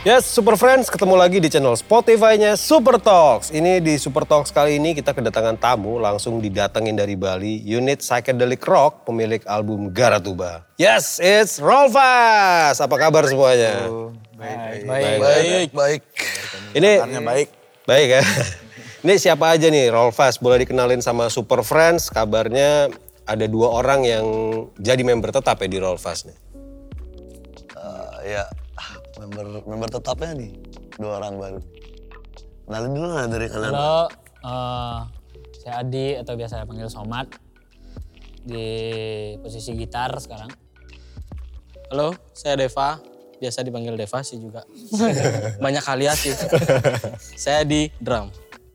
Yes, Super Friends, ketemu lagi di channel Spotify-nya Super Talks. Ini di Super Talks kali ini kita kedatangan tamu langsung didatengin dari Bali, unit Psychedelic Rock, pemilik album Garatuba. Yes, it's Rolfas. Apa kabar semuanya? Baik. Ini baik. Baik ya. Ini siapa aja nih Rolfas? Boleh dikenalin sama Super Friends. Kabarnya ada 2 orang yang jadi member tetap ya di Rolfas nih. Member tetapnya nih 2 orang baru. Kenalin dulu lah dari kalian. Halo, saya Adi atau biasa panggil Somad di posisi gitar sekarang. Halo, saya Deva. Biasa dipanggil Deva sih juga. Banyak alias sih. Saya di drum.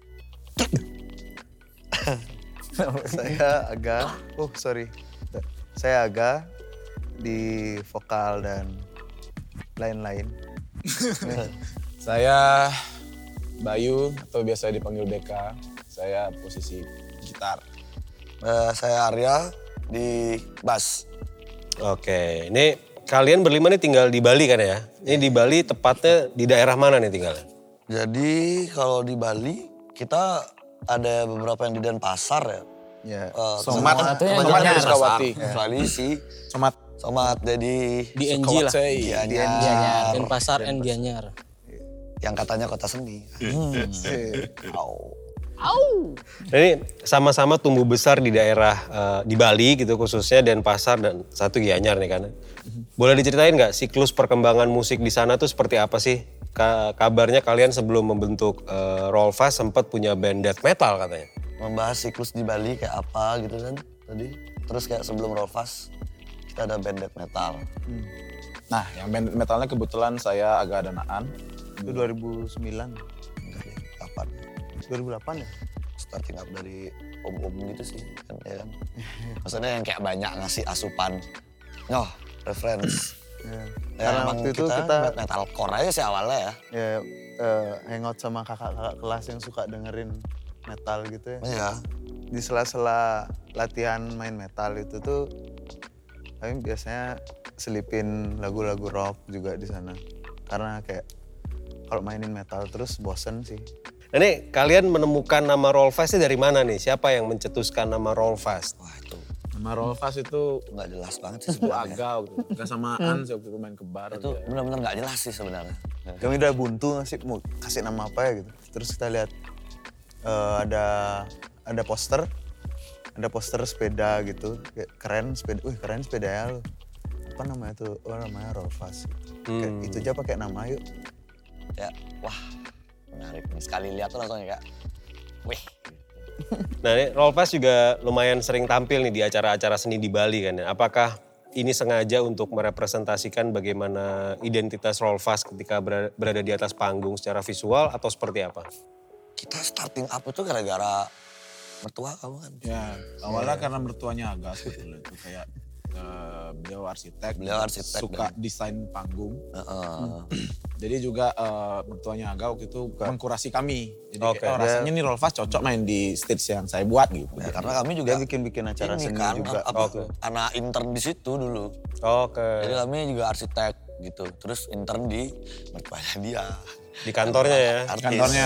Saya Aga di vokal dan lain-lain. Saya Bayu atau biasa dipanggil BK. Saya posisi gitar. Saya Arya di bass. Oke, ini kalian berlima nih tinggal di Bali kan ya? Ini di Bali tepatnya di daerah mana nih tinggalnya? Jadi kalau di Bali kita ada beberapa yang di Denpasar ya. Ya. Somat Gianyar. Sukawati. Tradisi. Somat Jadi Di NG lah. Gianyar. Denpasar and Gianyar. Yang katanya kota seni. Nah, ini sama-sama tumbuh besar di daerah di Bali gitu khususnya Denpasar dan satu Gianyar nih kan. Boleh diceritain nggak siklus perkembangan musik di sana tuh seperti apa sih? Kabarnya kalian sebelum membentuk Rolfas sempat punya band death metal katanya. Membahas siklus di Bali kayak apa gitu kan tadi. Terus kayak sebelum Rolfas kita ada band death metal. Nah, yang band metalnya kebetulan saya Aga dan Aan. Itu 2009. Enggak deh, kapan? 2008 ya? Starting up dari om-om gitu sih kan ya kan. Maksudnya yang kayak banyak ngasih asupan. Reference. Ya. Ya, Karena emang waktu itu kita metalcore aja sih awalnya ya. hangout sama kakak-kakak kelas yang suka dengerin metal gitu ya. Iya. Di sela-sela latihan main metal itu tuh kami biasanya selipin lagu-lagu rock juga di sana. Karena kayak kalau mainin metal terus bosen sih. Nah ini kalian menemukan nama Rolfas dari mana nih? Siapa yang mencetuskan nama Rolfas? Wah itu Nama Rolfas itu nggak jelas banget sih Bu sebenarnya. Aga gitu. Gak sama Aan sih waktu itu main ke bar. Itu benar-benar nggak jelas sih sebenarnya. Kami udah buntu ngasih mau kasih nama apa ya gitu. Terus kita lihat ada poster sepeda gitu. Kayak keren sepeda ya lu. Apa namanya tuh? Oh namanya Rolfas. Kayak itu aja pakai nama yuk. Ya, wah menarik nih. Sekali lihat tuh langsung kayak, wih. Nah ini Rolfas juga lumayan sering tampil nih di acara-acara seni di Bali kan ya. Apakah ini sengaja untuk merepresentasikan bagaimana identitas Rolfas ketika berada di atas panggung secara visual atau seperti apa? Kita starting up itu gara-gara mertua kamu kan. Ya, awalnya karena mertuanya Aga sebetulnya itu kayak beliau arsitek suka desain panggung. Jadi juga mertuanya Aga waktu itu mengkurasi kami. Jadi kayak, rasanya nih Rolfas cocok main di stage yang saya buat gitu. Ya, karena kami juga bikin acara ini seni kan, juga. anak intern di situ dulu. Jadi kami juga arsitek gitu. Terus intern di mertuanya dia. Di kantornya ya? Artis. Kantornya.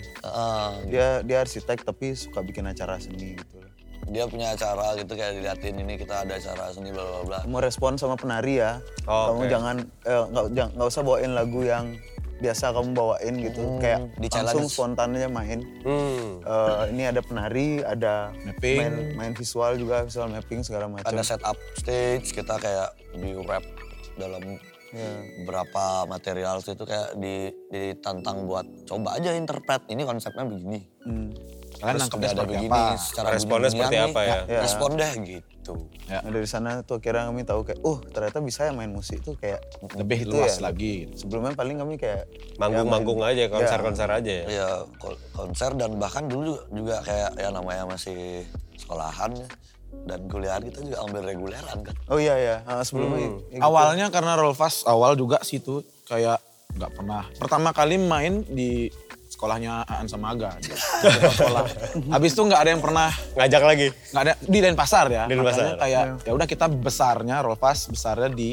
Dia arsitek tapi suka bikin acara seni gitu. Dia punya acara gitu kayak diliatin ini kita ada acara seni bla bla bla. Kamu respon sama penari ya. Kamu jangan nggak usah bawain lagu yang biasa kamu bawain gitu. Kayak Di langsung challenge. spontan aja main. Ini ada penari, ada Mapping. main visual juga, visual mapping segala macam. Ada setup stage kita kayak di rap dalam beberapa material itu kayak ditantang buat coba aja interpret ini konsepnya begini. Kalian Terus nangkepnya udah ada seperti begini apa? secara Responnya bunyian seperti nih, apa ya? Respon deh gitu. Nah dari sana tuh akhirnya kami tahu kayak, ternyata bisa ya main musik tuh kayak Lebih gitu luas ya. lagi. Gitu. Sebelumnya paling kami kayak Manggung-manggung aja, konser-konser aja ya? Ya konser dan bahkan dulu juga kayak ya namanya masih sekolahan ya. Dan kuliahan kita juga ambil reguleran kan. Oh iya sebelumnya. ya gitu. Awalnya karena Rolfas awal juga sih tuh kayak nggak pernah. Pertama kali main di sekolahnya Aan sama Aga di sekolah. Habis itu nggak ada yang pernah Ngajak lagi? nggak ada di Denpasar ya. Di Denpasar. Makanya kayak ya udah kita besarnya Rolfas besarnya di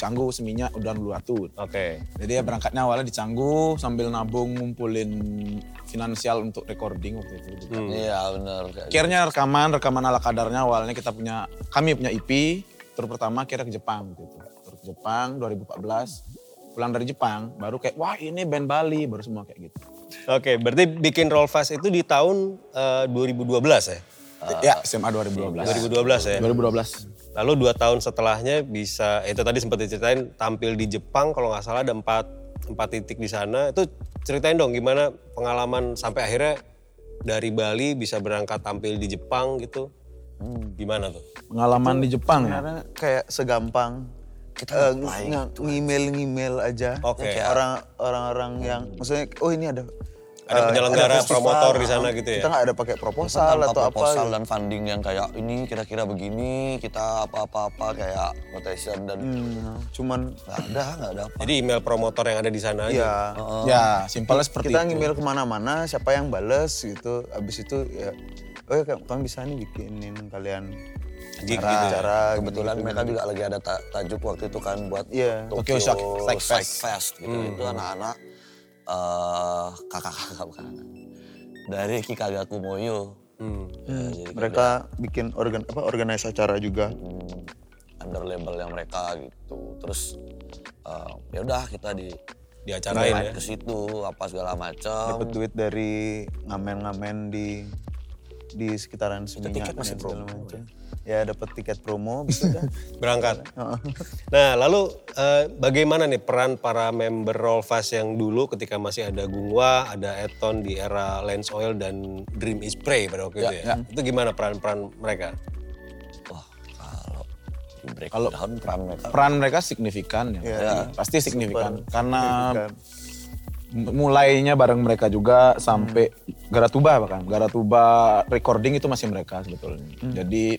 Canggu, Seminyak, Udan Uluwatu. Oke. Jadi ya berangkatnya awalnya di Canggu sambil nabung ngumpulin finansial untuk recording waktu itu. Iya benar. Akhirnya rekaman ala kadarnya awalnya kami punya EP, tur pertama akhirnya ke Jepang gitu. Tur ke Jepang 2014, pulang dari Jepang baru kayak wah ini band Bali, baru semua kayak gitu. Oke, berarti bikin Roll Fast itu di tahun 2012 ya? Ya SMA 2012. 2012 ya? 2012. Lalu 2 tahun setelahnya bisa, itu tadi sempat diceritain tampil di Jepang kalau nggak salah ada 4 titik di sana. Itu ceritain dong gimana pengalaman sampai akhirnya dari Bali bisa berangkat tampil di Jepang gitu. Gimana tuh? Pengalaman di Jepang ya? Karena kayak segampang Kita ngemail aja. Oke. Kayak orang-orang yang maksudnya oh ini ada penyelenggara festival, promotor di sana gitu ya? Kita nggak ada pakai proposal tanpa atau proposal apa. dan funding yang kayak ini kira-kira begini, kita apa-apa kayak quotation dan Cuman nggak ada apa. Jadi email promotor yang ada di sana aja? ya Ya simpelnya seperti kita itu. ngemail kemana-mana, siapa yang bales gitu. Abis itu ya, oh ya kami bisa nih bikinin kalian Gig gitu ya? acara. Kebetulan gitu. mereka juga lagi ada tajuk waktu itu kan buat Iya. Tokyo Shock Psych Fest gitu. Itu anak-anak kakak-kakak bukan anak. Dari Kikagaku Moyo. Ya, jadi Mereka bikin organisasi acara juga. under label yang mereka gitu. Terus ya udah kita Diacarain ya? ke situ apa segala macam. Dapat duit dari ngamen-ngamen di sekitaran Seminyak tiket masih dan segala promo. macam. Ya dapat tiket promo bisa dah. Berangkat. Nah lalu bagaimana nih peran para member Roll Fast yang dulu ketika masih ada Gungwa, ada Eton di era Lance Oil dan Dream is Prey pada waktu itu ya? Itu gimana peran-peran mereka? Wah kalau di Kalau breakdown peran mereka peran mereka signifikan ya. Ya. Pasti signifikan. Super Karena signifikan. mulainya bareng mereka juga sampai Garatuba bahkan. Garatuba recording itu masih mereka sebetulnya. Jadi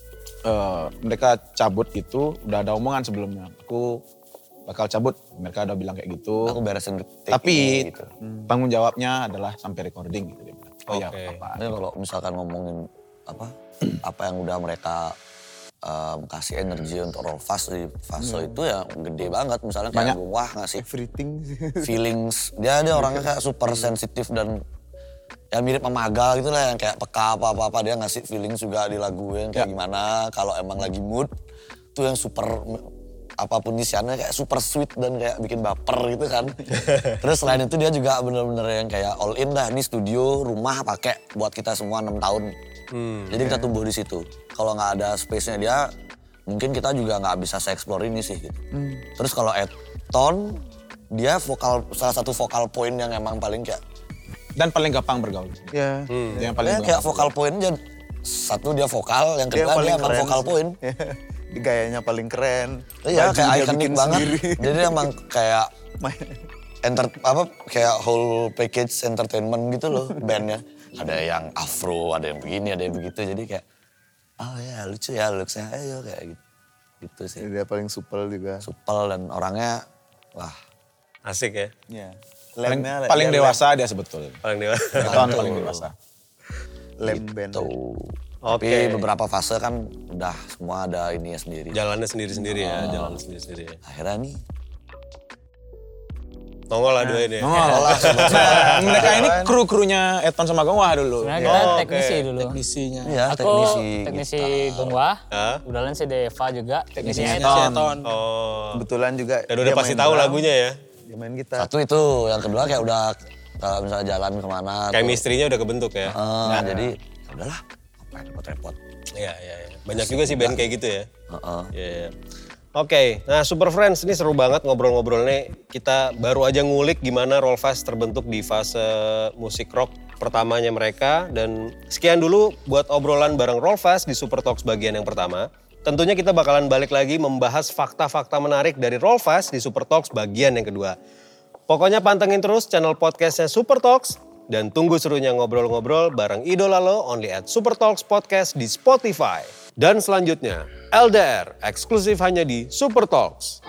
mereka cabut itu udah ada omongan sebelumnya. Aku bakal cabut, mereka udah bilang kayak gitu. aku beresin take Tapi ini, gitu. tanggung jawabnya adalah sampai recording gitu dia bilang. Oh ya Oke. apa. Ini kalau misalkan ngomongin apa yang udah mereka kasih energi untuk Roll Fast di fase itu ya gede banget. Misalnya kayak Banyak. Wah ngasih Everything. feelings. Dia orangnya kayak super sensitif dan ya mirip sama Magal gitu lah yang kayak peka apa-apa. Dia ngasih feelings juga di laguin kayak gimana. Kalau emang lagi mood tuh yang super apapun isiannya kayak super sweet dan kayak bikin baper gitu kan. Terus selain itu dia juga bener-bener yang kayak all in dah. Ini studio, rumah pakai buat kita semua 6 tahun. Jadi kita tumbuh di situ. Kalau nggak ada space-nya dia, mungkin kita juga nggak bisa se-explore ini sih. Gitu. Terus kalau Eton, dia salah satu vokal point yang emang paling kayak Dan paling gampang bergaul. Ya. Itu yang paling kayak vokal point aja. Satu dia vokal, yang kedua dia emang vokal sih. point. Di gayanya paling keren. Iya Baju kayak dia ikonik bikin banget. sendiri. Jadi emang kayak kayak whole package entertainment gitu loh bandnya. Ada yang afro, ada yang begini, ada yang begitu. Jadi kayak oh ya lucu ya looksnya, ayo kayak gitu. Gitu sih. Dia paling supel juga. Supel dan orangnya wah Asik ya? Ya. paling dewasa dia sebetulnya. Paling dewasa. Eton paling dewasa. Lem band. tuh. Oke. Tapi beberapa fase kan udah semua ada ininya sendiri. Jalannya sendiri-sendiri ya, jalannya sendiri-sendiri ya. Akhirnya nih Nongol lah dua ini ya? Nah, mereka ini kru-krunya Eton sama Gongwa dulu. Sebenarnya kita teknisi dulu. Teknisinya. ya Aku teknisi Gongwa, Hah? kebetulan si Deva juga teknisinya Eton. Oh. Kebetulan juga Dan udah dia pasti main tahu drum, lagunya ya? Dia main gitar. satu itu, yang kedua kayak udah kalau misalnya jalan kemana. Chemistry-nya udah kebentuk ya? Jadi udahlah ngapain repot-repot. Iya, iya, iya. Banyak juga sih band kayak gitu ya? Heeh. Iya, iya. Oke, nah Super Friends ini seru banget ngobrol-ngobrolnya. Kita baru aja ngulik gimana Roll Fast terbentuk di fase musik rock pertamanya mereka. Dan sekian dulu buat obrolan bareng Roll Fast di Super Talks bagian yang pertama. Tentunya kita bakalan balik lagi membahas fakta-fakta menarik dari Roll Fast di Super Talks bagian yang kedua. Pokoknya pantengin terus channel podcastnya Super Talks. Dan tunggu serunya ngobrol-ngobrol bareng idola lo only at Super Talks Podcast di Spotify. Dan selanjutnya, LDR, eksklusif hanya di Super Talks.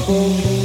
Aku